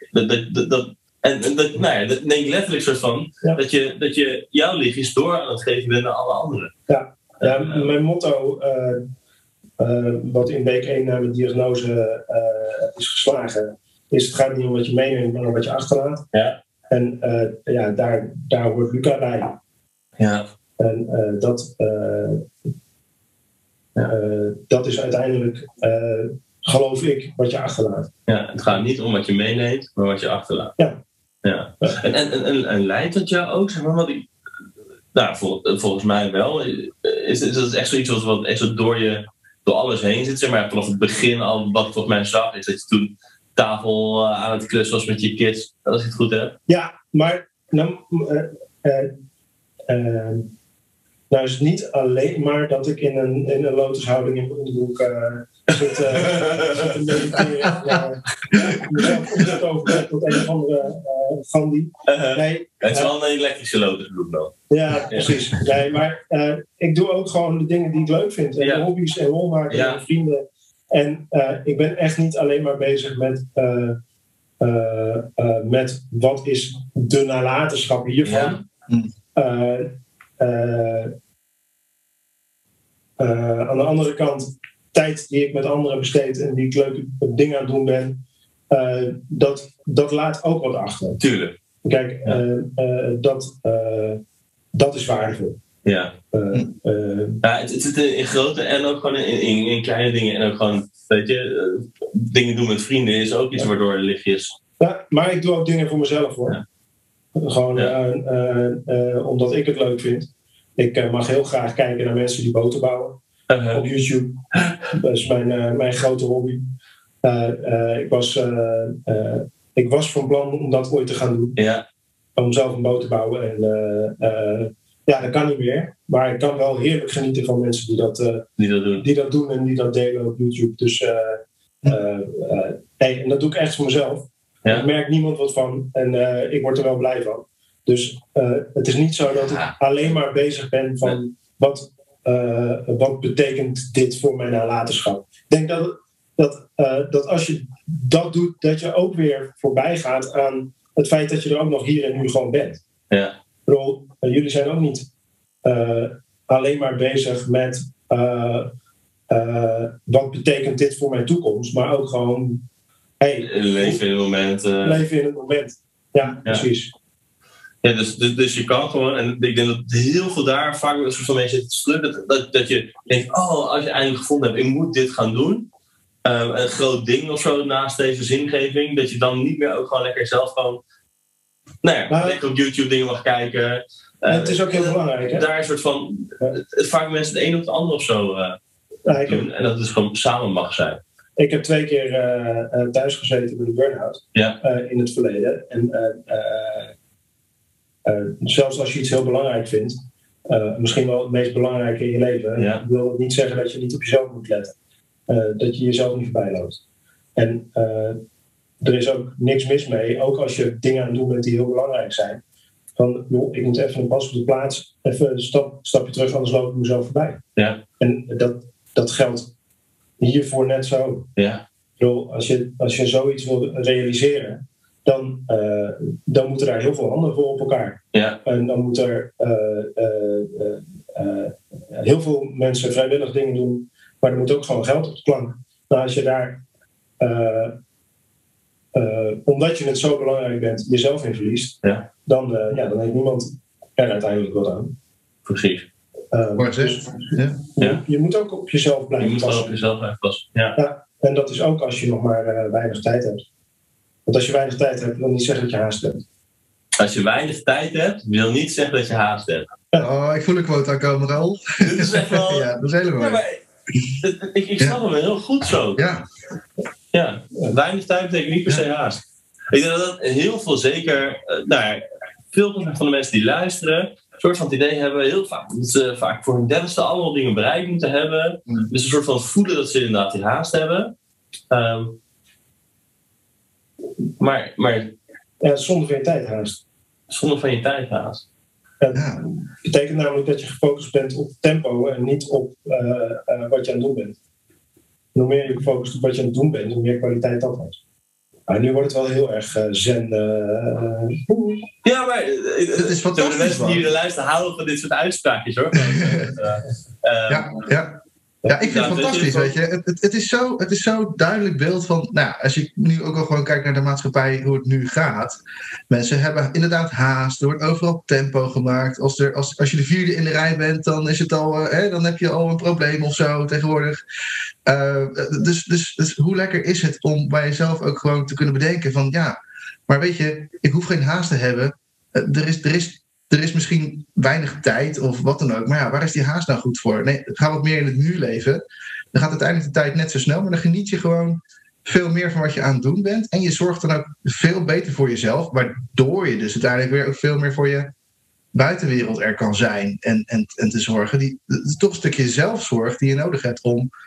A: Dat neem ik letterlijk soort van... Ja. Dat je jouw lichtjes door aan het geven bent naar alle anderen.
E: Ja. Mijn motto, wat in week 1 na mijn diagnose is geslagen, is het gaat niet om wat je meeneemt, maar om wat je achterlaat.
A: Ja.
E: En daar hoort Luca bij.
A: Ja.
E: En dat is uiteindelijk, geloof ik, wat je achterlaat.
A: Ja, het gaat niet om wat je meeneemt, maar wat je achterlaat.
E: Ja.
A: En leidt dat jou ook? Zeg maar, volgens mij wel. Is dat echt zoiets wat echt zo door alles heen zit? Zeg maar, vanaf het begin al, wat ik volgens mij zag, is dat je toen tafel aan het klussen was met je kids. Als ik het goed heb.
E: Ja, maar nou is het niet alleen maar dat ik in een lotushouding in mijn onderbroek zit te mediteren. Mezelf over tot een of andere Gandhi. Nee,
A: het is wel een elektrische lotusbroek dan.
E: Ja, precies. Nee, maar ik doe ook gewoon de dingen die ik leuk vind. En de hobby's en lol maken met vrienden. En ik ben echt niet alleen maar bezig met wat is de nalatenschap hiervan. Aan de andere kant, tijd die ik met anderen besteed en die ik leuke dingen aan het doen ben, dat laat ook wat achter.
A: Tuurlijk.
E: Kijk, dat is waardevol.
A: Ja. Het zit in grote en ook gewoon in kleine dingen. En ook gewoon, weet je, dingen doen met vrienden is ook iets waardoor er lichtjes. Ja,
E: maar ik doe ook dingen voor mezelf hoor. Ja. Gewoon omdat ik het leuk vind. Ik mag heel graag kijken naar mensen die boten bouwen. Op YouTube. Dat is mijn grote hobby. Ik was van plan om dat ooit te gaan doen.
A: Ja.
E: Om zelf een boot te bouwen. En dat kan niet meer. Maar ik kan wel heerlijk genieten van mensen die dat doen en die dat delen op YouTube. Dus en dat doe ik echt voor mezelf. Ja. Ik merk niemand wat van en ik word er wel blij van. Dus het is niet zo dat ik alleen maar bezig ben van wat betekent dit voor mijn nalatenschap. Ik denk dat als je dat doet, dat je ook weer voorbij gaat aan het feit dat je er ook nog hier en nu gewoon bent.
A: Ja.
E: Ik bedoel, jullie zijn ook niet alleen maar bezig met wat betekent dit voor mijn toekomst, maar ook gewoon
A: leven in het moment.
E: Leven in het moment. Ja, precies.
A: Ja, dus je kan gewoon, en ik denk dat heel veel daar vaak een soort van mensen zitten te slukken, dat je denkt, als je eindelijk gevonden hebt, ik moet dit gaan doen. Een groot ding of zo naast deze zingeving, dat je dan niet meer ook gewoon lekker zelf gewoon lekker op YouTube dingen mag kijken.
E: Het is ook heel belangrijk. Hè?
A: Daar een soort van, vaak mensen het een op het ander of zo doen. En dat het gewoon samen mag zijn.
E: Ik heb 2 keer thuis gezeten met een burn-out in het verleden. En zelfs als je iets heel belangrijk vindt, misschien wel het meest belangrijke in je leven, wil het niet zeggen dat je niet op jezelf moet letten. Dat je jezelf niet voorbij loopt. En er is ook niks mis mee, ook als je dingen aan het doen bent die heel belangrijk zijn. Van, joh, ik moet even een pas op de plaats, even een stapje terug, anders loop ik mezelf voorbij.
A: Ja.
E: En dat geldt hiervoor net zo.
A: Ja.
E: Ik bedoel, als je zoiets wil realiseren, dan moeten daar heel veel handen voor op elkaar.
A: Ja.
E: En dan moeten er heel veel mensen vrijwillig dingen doen, maar er moet ook gewoon geld op de plank. Nou, als je daar, omdat je het zo belangrijk bent, jezelf in verliest, dan heeft niemand er uiteindelijk wat aan.
A: Precies.
E: Je moet ook op jezelf blijven passen.
A: Je moet wel op jezelf blijven passen.
E: Ja, en dat is ook als je nog maar weinig tijd hebt. Want als je weinig tijd hebt, wil niet zeggen dat je haast hebt.
A: Als je weinig tijd hebt, wil niet zeggen dat je haast hebt.
D: Oh, ik voel een quote aankomen, Raoul.
A: Dit is echt wel...
D: Ja, dat is helemaal mooi.
A: Ik snap hem heel goed zo. Ja. Weinig tijd betekent niet per se haast. Ik denk dat heel veel, zeker... veel van de mensen die luisteren, een soort van het idee hebben, heel vaak dat ze vaak voor hun 30ste allemaal dingen bereikt moeten hebben. Dus een soort van voelen dat ze inderdaad die haast hebben. Maar
E: zonder van je tijd haast.
A: Zonder van je tijd haast.
E: Dat betekent namelijk dat je gefocust bent op tempo en niet op wat je aan het doen bent. Hoe meer je gefocust op wat je aan het doen bent, hoe meer kwaliteit dat heeft. Maar nu wordt het wel heel erg zen.
A: Ja, maar
D: het is fantastisch.
A: De mensen die hier luisteren houden van dit soort uitspraakjes hoor.
D: Ja, ik vind het fantastisch, weet je. Het is zo duidelijk beeld van... Nou, als je nu ook al gewoon kijkt naar de maatschappij, hoe het nu gaat. Mensen hebben inderdaad haast. Er wordt overal tempo gemaakt. Als je de 4e in de rij bent, dan is het al... dan heb je al een probleem of zo tegenwoordig. Dus hoe lekker is het om bij jezelf ook gewoon te kunnen bedenken van... Ja, maar weet je, ik hoef geen haast te hebben. Er is misschien weinig tijd of wat dan ook. Maar ja, waar is die haast nou goed voor? Nee, ga wat meer in het nu leven. Dan gaat uiteindelijk de tijd net zo snel. Maar dan geniet je gewoon veel meer van wat je aan het doen bent. En je zorgt dan ook veel beter voor jezelf. Waardoor je dus uiteindelijk weer ook veel meer voor je buitenwereld er kan zijn. En te zorgen. Het is toch een stukje zelfzorg die je nodig hebt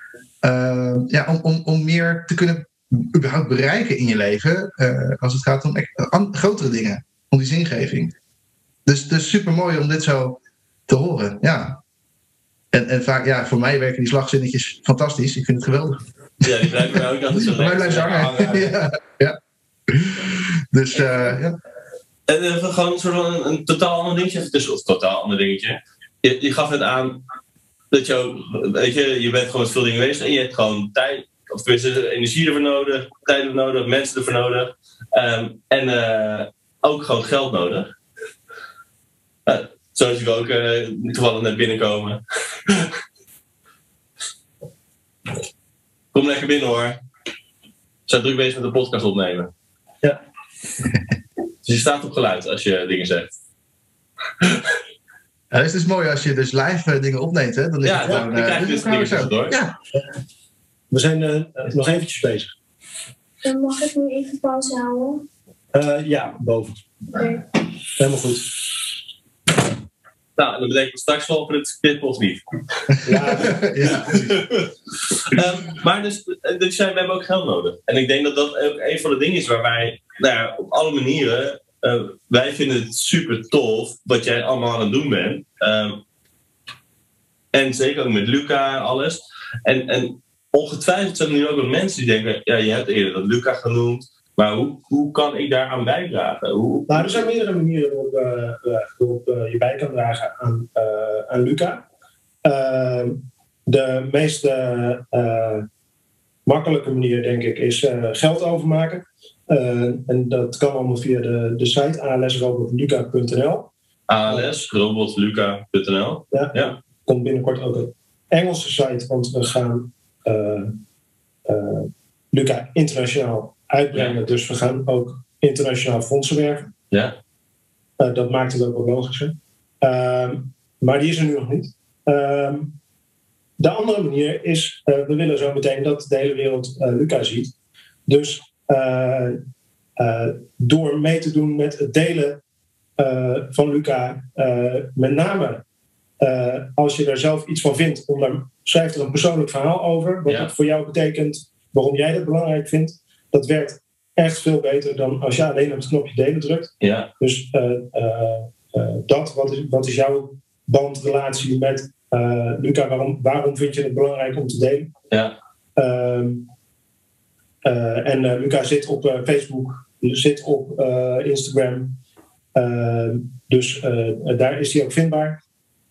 D: om meer te kunnen überhaupt bereiken in je leven. Als het gaat om grotere dingen. Om die zingeving. Dus super mooi om dit zo te horen, ja. En vaak, ja, voor mij werken die slagzinnetjes fantastisch. Ik vind het geweldig.
A: Ja, die blijven mij ook altijd zo
D: lekker. Mij blijft hangen. Ja. Dus, ja.
A: En gewoon een soort van een totaal ander dingetje even tussen. Of totaal ander dingetje. Je gaf het aan dat je ook, weet je bent gewoon met veel dingen bezig. En je hebt gewoon tijd, of tenminste energie ervoor nodig, tijd ervoor nodig, mensen ervoor nodig. En ook gewoon geld nodig. Zo zie ik ook toevallig net binnenkomen. Kom lekker binnen hoor. We zijn druk bezig met de podcast opnemen.
E: Ja.
A: Dus je staat op geluid als je dingen zegt.
D: Ja, het is dus mooi als je dus live dingen opneemt. Hè? Dan is het gewoon,
A: dan krijg je dus dingen tussendoor.
D: Ja.
E: We zijn nog eventjes bezig.
F: Mag ik nu even pauze houden?
E: Ja, boven.
F: Okay.
E: Helemaal goed.
A: Nou, dan betekent het straks wel of het knippen of niet.
E: Ja.
D: Ja.
A: Maar dus je zei, we hebben ook geld nodig. En ik denk dat dat ook een van de dingen is waar wij, op alle manieren, wij vinden het super tof wat jij allemaal aan het doen bent. En zeker ook met Luca en alles. En ongetwijfeld zijn er nu ook wel mensen die denken, ja, je hebt eerder dat Luca genoemd. Maar hoe kan ik daaraan bijdragen?
E: Nou, er zijn meerdere manieren waarop je bij kan dragen aan Luca. De meest makkelijke manier, denk ik, is geld overmaken. En dat kan allemaal via de site alsrobotluca.nl.
A: alsrobotluca.nl.
E: Ja. Komt binnenkort ook een Engelse site, want we gaan Luca internationaal uitbrengen. Ja. Dus we gaan ook internationaal fondsen werven.
A: Ja.
E: Dat maakt het ook wel logischer. Maar die is er nu nog niet. De andere manier is, we willen zo meteen dat de hele wereld Luca ziet. Dus door mee te doen met het delen van Luca, met name als je er zelf iets van vindt, schrijf er een persoonlijk verhaal over, wat het voor jou betekent, waarom jij dat belangrijk vindt. Dat werkt echt veel beter dan als je alleen op het knopje delen drukt.
A: Ja.
E: Dus wat is jouw bandrelatie met Luca? Waarom vind je het belangrijk om te delen?
A: Ja.
E: En Luca zit op Facebook, zit op Instagram. Dus daar is hij ook vindbaar.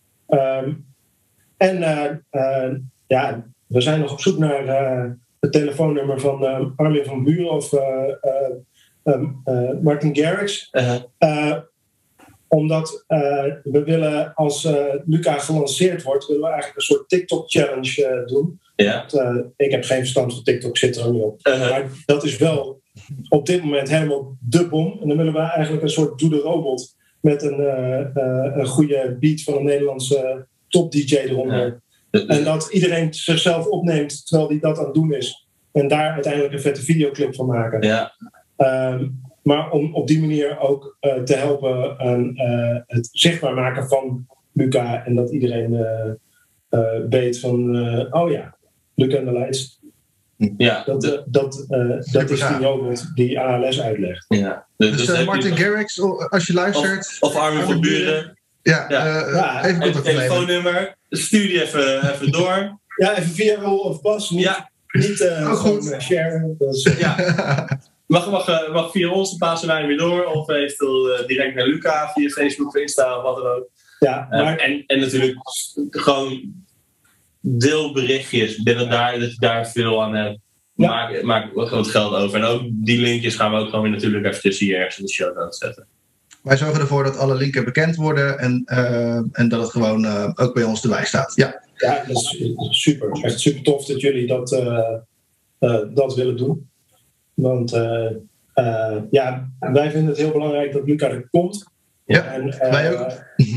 E: We zijn nog op zoek naar het telefoonnummer van Armin van Buuren of Martin Garrix. Omdat we willen, als Luca gelanceerd wordt, willen we eigenlijk een soort TikTok-challenge doen.
A: Ja.
E: Ik heb geen verstand van TikTok, zit er ook niet op. Maar dat is wel op dit moment helemaal de bom. En dan willen we eigenlijk een soort Doe de Robot met een goede beat van een Nederlandse top-DJ eronder. Ja. En dat iedereen zichzelf opneemt terwijl hij dat aan het doen is. En daar uiteindelijk een vette videoclip van maken.
A: Ja.
E: Maar om op die manier ook te helpen aan het zichtbaar maken van Luca. En dat iedereen weet van, Luca en de Leids.
A: Ja.
E: Dat is die robot die ALS uitlegt.
A: Ja.
D: Dus Martin Garrix, als je luistert.
A: Of Armin van Buuren.
D: Ja, even contact nemen.
A: Telefoonnummer. Stuur die even door.
E: Ja, even via Roel of Bas. Niet gewoon share.
A: Mag via ons, dan passen wij weer door. Of eventueel direct naar Luca via Facebook of Insta of wat dan ook.
E: Ja, maar...
A: en natuurlijk gewoon deel berichtjes. Ik denk dat je daar veel aan hebt.
E: Ja.
A: Maak wat geld over. En ook die linkjes gaan we ook gewoon weer natuurlijk even tussen hier ergens in de show notes zetten.
D: Wij zorgen ervoor dat alle linken bekend worden en dat het gewoon ook bij ons erbij staat. Ja,
E: Ja, dat is super. Echt super tof dat jullie dat willen doen. Want wij vinden het heel belangrijk dat Luca er komt.
D: Ja,
E: En,
D: wij ook.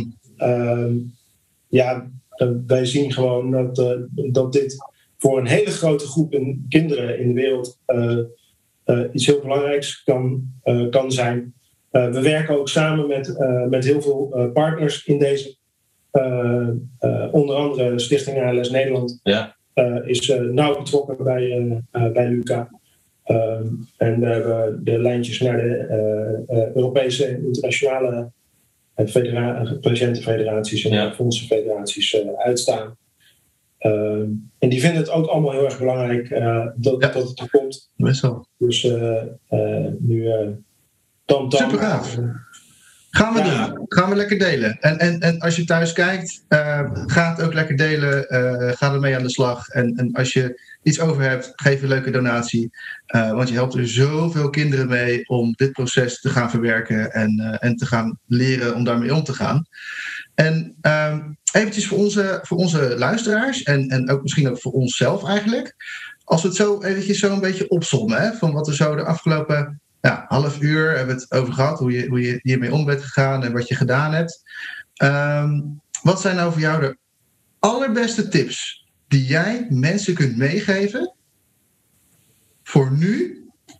E: Wij zien gewoon dat dit voor een hele grote groep kinderen in de wereld iets heel belangrijks kan zijn. We werken ook samen met heel veel partners in deze. Onder andere Stichting ALS Nederland is nauw betrokken bij Luca. En we hebben de lijntjes naar de Europese en internationale patiëntenfederaties en fondsenfederaties uitstaan. En die vinden het ook allemaal heel erg belangrijk dat het er komt.
D: Best wel.
E: Dus nu
D: Super gaaf. Gaan we doen. Gaan we lekker delen. En als je thuis kijkt, ga het ook lekker delen. Ga ermee aan de slag. En als je iets over hebt, geef een leuke donatie. Want je helpt er zoveel kinderen mee om dit proces te gaan verwerken en te gaan leren om daarmee om te gaan. En eventjes voor onze luisteraars en ook misschien ook voor onszelf eigenlijk. Als we het zo eventjes zo een beetje opzommen, hè, van wat we zo de afgelopen half uur hebben we het over gehad, hoe je hiermee om bent gegaan en wat je gedaan hebt. Wat zijn nou voor jou de allerbeste tips die jij mensen kunt meegeven voor nu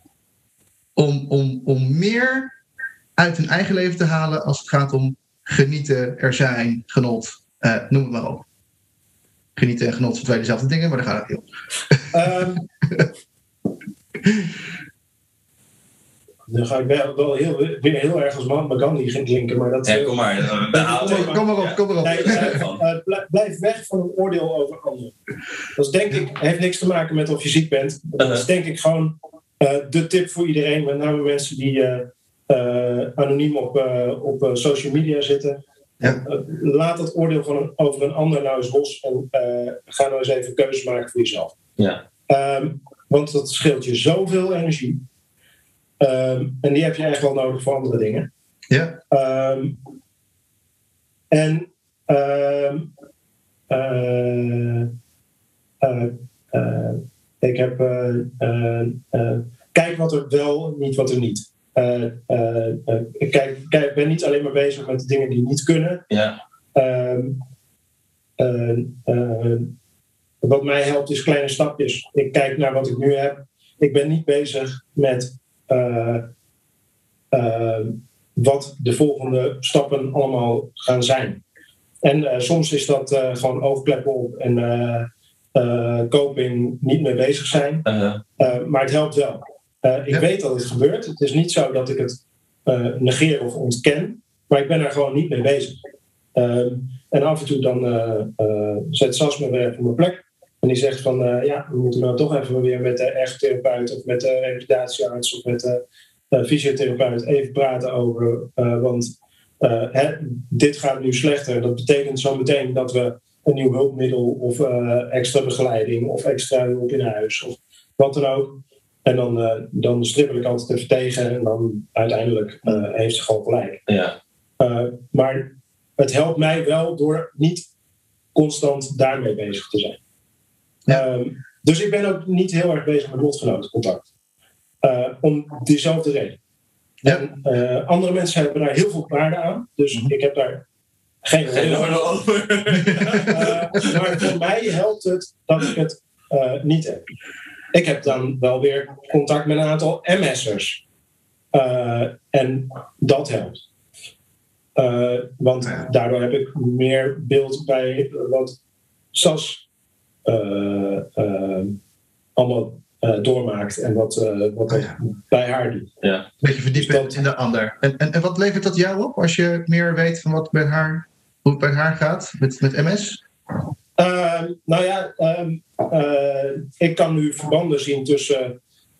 D: om meer uit hun eigen leven te halen als het gaat om genieten, er zijn, genot, noem het maar op. Genieten en genot zijn twee dezelfde dingen, maar daar gaat het niet om.
E: Dan ga ik wel heel erg als Gandhi gaan klinken, maar dat...
A: Kom maar.
D: Kom maar op.
E: Nee, blijf weg van een oordeel over anderen. Dat is denk ik, heeft niks te maken met of je ziek bent. Dat is denk ik gewoon de tip voor iedereen, met name mensen die anoniem op social media zitten.
D: Ja.
E: Laat het oordeel over een ander nou eens los en ga nou eens even keuzes maken voor jezelf.
A: Ja.
E: Want dat scheelt je zoveel energie. En die heb je echt wel nodig voor andere dingen.
D: Ja.
E: Ik heb kijk wat er wel, niet wat er niet. Ik ben niet alleen maar bezig met de dingen die niet kunnen.
A: Ja.
E: Wat mij helpt is kleine stapjes. Ik kijk naar wat ik nu heb. Ik ben niet bezig met wat de volgende stappen allemaal gaan zijn. En soms is dat gewoon oogkleppen op en coping, niet mee bezig zijn. Maar het helpt wel. Ik weet dat het gebeurt. Het is niet zo dat ik het negeer of ontken, maar ik ben er gewoon niet mee bezig. En af en toe dan zet Sas me weer op mijn plek. En die zegt van, we moeten nou toch even weer met de ergotherapeut of met de revalidatiearts of met de fysiotherapeut even praten over. Want dit gaat nu slechter. Dat betekent zo meteen dat we een nieuw hulpmiddel of extra begeleiding of extra hulp in huis of wat dan ook. En dan strippel ik altijd even tegen en dan uiteindelijk heeft ze gewoon gelijk.
A: Ja.
E: Maar het helpt mij wel door niet constant daarmee bezig te zijn. Ja. Dus ik ben ook niet heel erg bezig met lotgenotencontact. Om diezelfde reden. Ja. En andere mensen hebben daar heel veel waarde aan. Dus ik heb daar geen oordeel over. Maar voor mij helpt het dat ik het niet heb. Ik heb dan wel weer contact met een aantal MS'ers. En dat helpt. Want daardoor heb ik meer beeld bij wat Sas allemaal doormaakt en wat dat bij haar doet.
D: Ja. Een beetje verdiepen in de ander. En wat levert dat jou op als je meer weet van wat hoe het bij haar gaat met MS?
E: Ik kan nu verbanden zien tussen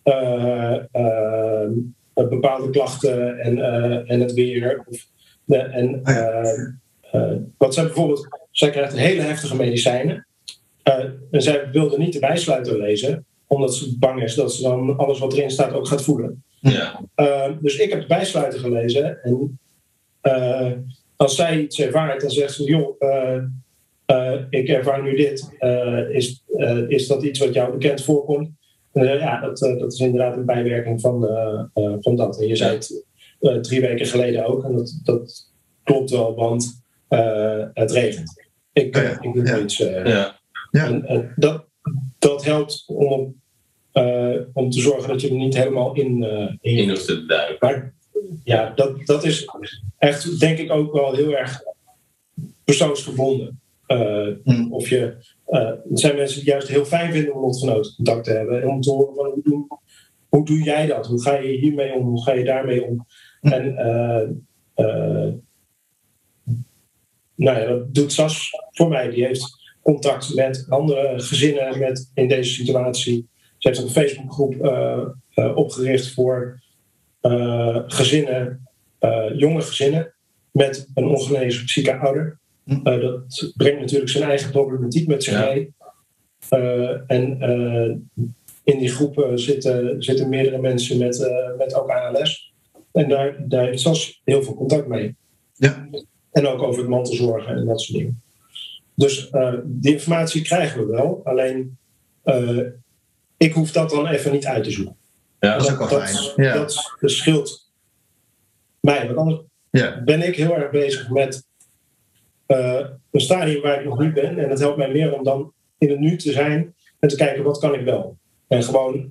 E: bepaalde klachten en het weer. Wat zij bijvoorbeeld, zij krijgt hele heftige medicijnen. En zij wilde niet de bijsluiter lezen, omdat ze bang is dat ze dan alles wat erin staat ook gaat voelen.
A: Ja.
E: Dus ik heb de bijsluiter gelezen. En als zij iets ervaart, dan zegt ze: joh, ik ervaar nu dit. Is dat iets wat jou bekend voorkomt? Ja, dat is inderdaad een bijwerking van dat. En je zei het 3 weken geleden ook. En dat klopt wel, want het regent. Ik doe nooit. En dat helpt om te zorgen dat je er niet helemaal in
A: hoeft te duiken.
E: Maar ja, dat is echt, denk ik, ook wel heel erg persoonsgebonden. Of je, er zijn mensen die juist heel fijn vinden om lotgenoten contact te hebben. En om te horen van hoe doe jij dat? Hoe ga je hiermee om? Hoe ga je daarmee om? En nou ja, dat doet Sas voor mij. Die heeft contact met andere gezinnen in deze situatie. Ze heeft een Facebookgroep opgericht voor gezinnen, jonge gezinnen met een ongenezen zieke ouder. Dat brengt natuurlijk zijn eigen problematiek met zich mee. En in die groep zitten meerdere mensen met ook ALS. En daar heeft Sas heel veel contact mee.
D: Ja.
E: En ook over het mantelzorgen en dat soort dingen. Dus die informatie krijgen we wel. Alleen ik hoef dat dan even niet uit te zoeken.
D: Ja, dat is ook wel fijn. Ja.
E: Dat scheelt mij. Want anders ben ik heel erg bezig met een stadium waar ik nog niet ben. En dat helpt mij meer om dan in het nu te zijn en te kijken wat kan ik wel. En gewoon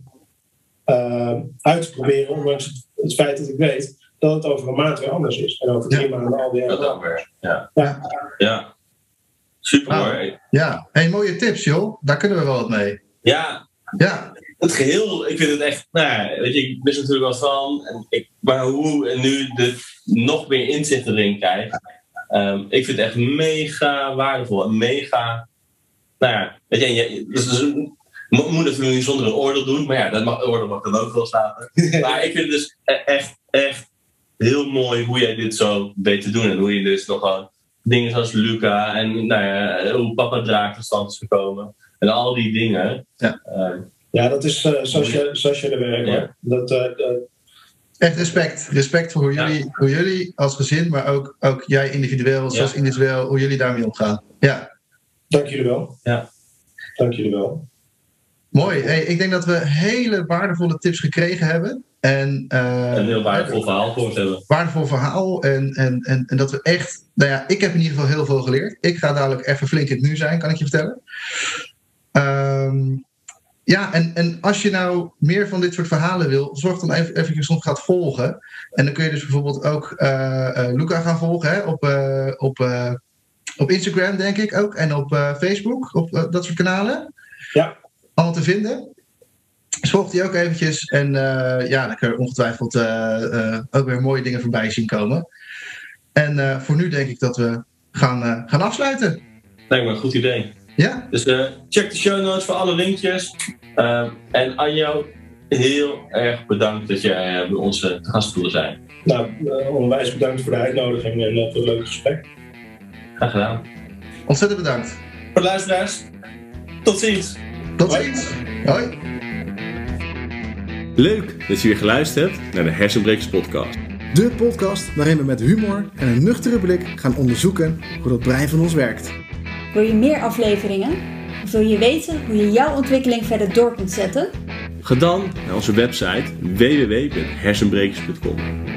E: uit te proberen, ondanks het feit dat ik weet dat het over een maand weer anders is. En over 3 maanden alweer.
A: Dat ook weer. Ja. Super mooi.
D: Ja, hey, mooie tips joh. Daar kunnen we wel wat mee.
A: Ja. Het geheel, ik vind het echt, weet je, ik wist natuurlijk wel van. Maar hoe en nu nog meer inzicht erin krijg. Ik vind het echt mega waardevol. En mega, weet je, dus moet natuurlijk niet zonder een oordeel doen. Maar ja, oordeel mag dan ook wel staan. Maar ik vind het dus echt heel mooi hoe jij dit zo weet te doen. En hoe je dus nog gewoon dingen zoals Luca en hoe papa draagt tot stand is gekomen. En al die dingen.
E: Ja, dat is Sascha de werk. Ja.
D: Echt respect. Respect voor hoe jullie als gezin, maar ook jij individueel, zoals individueel, hoe jullie daarmee omgaan. Ja.
E: Dank jullie wel.
A: Ja.
E: Dank jullie wel.
D: Mooi. Hey, ik denk dat we hele waardevolle tips gekregen hebben. En
A: een heel waardevol verhaal gehoord hebben.
D: Waardevol verhaal. En dat we echt... ik heb in ieder geval heel veel geleerd. Ik ga dadelijk even flink in het nu zijn, kan ik je vertellen. En als je nou meer van dit soort verhalen wil, zorg dan even soms gaat volgen. En dan kun je dus bijvoorbeeld ook Luca gaan volgen, hè, op Instagram, denk ik ook. En op Facebook, op dat soort kanalen.
E: Ja.
D: Allemaal te vinden. Dus volg die ook eventjes. En dan kun je ongetwijfeld ook weer mooie dingen voorbij zien komen. En voor nu denk ik dat we gaan afsluiten.
A: Lijkt me een goed idee.
D: Ja?
A: Dus check de show notes voor alle linkjes. En Anjo, heel erg bedankt dat jij bij ons te gast wilde zijn.
E: Nou, onwijs bedankt voor de uitnodiging en voor het leuke gesprek.
A: Graag gedaan.
D: Ontzettend bedankt.
A: Voor de luisteraars, tot ziens.
D: Tot ziens. Hoi.
G: Leuk dat je weer geluisterd hebt naar de Hersenbrekers podcast.
B: De podcast waarin we met humor en een nuchtere blik gaan onderzoeken hoe dat brein van ons werkt.
C: Wil je meer afleveringen? Of wil je weten hoe je jouw ontwikkeling verder door kunt zetten?
G: Ga dan naar onze website www.hersenbrekers.com.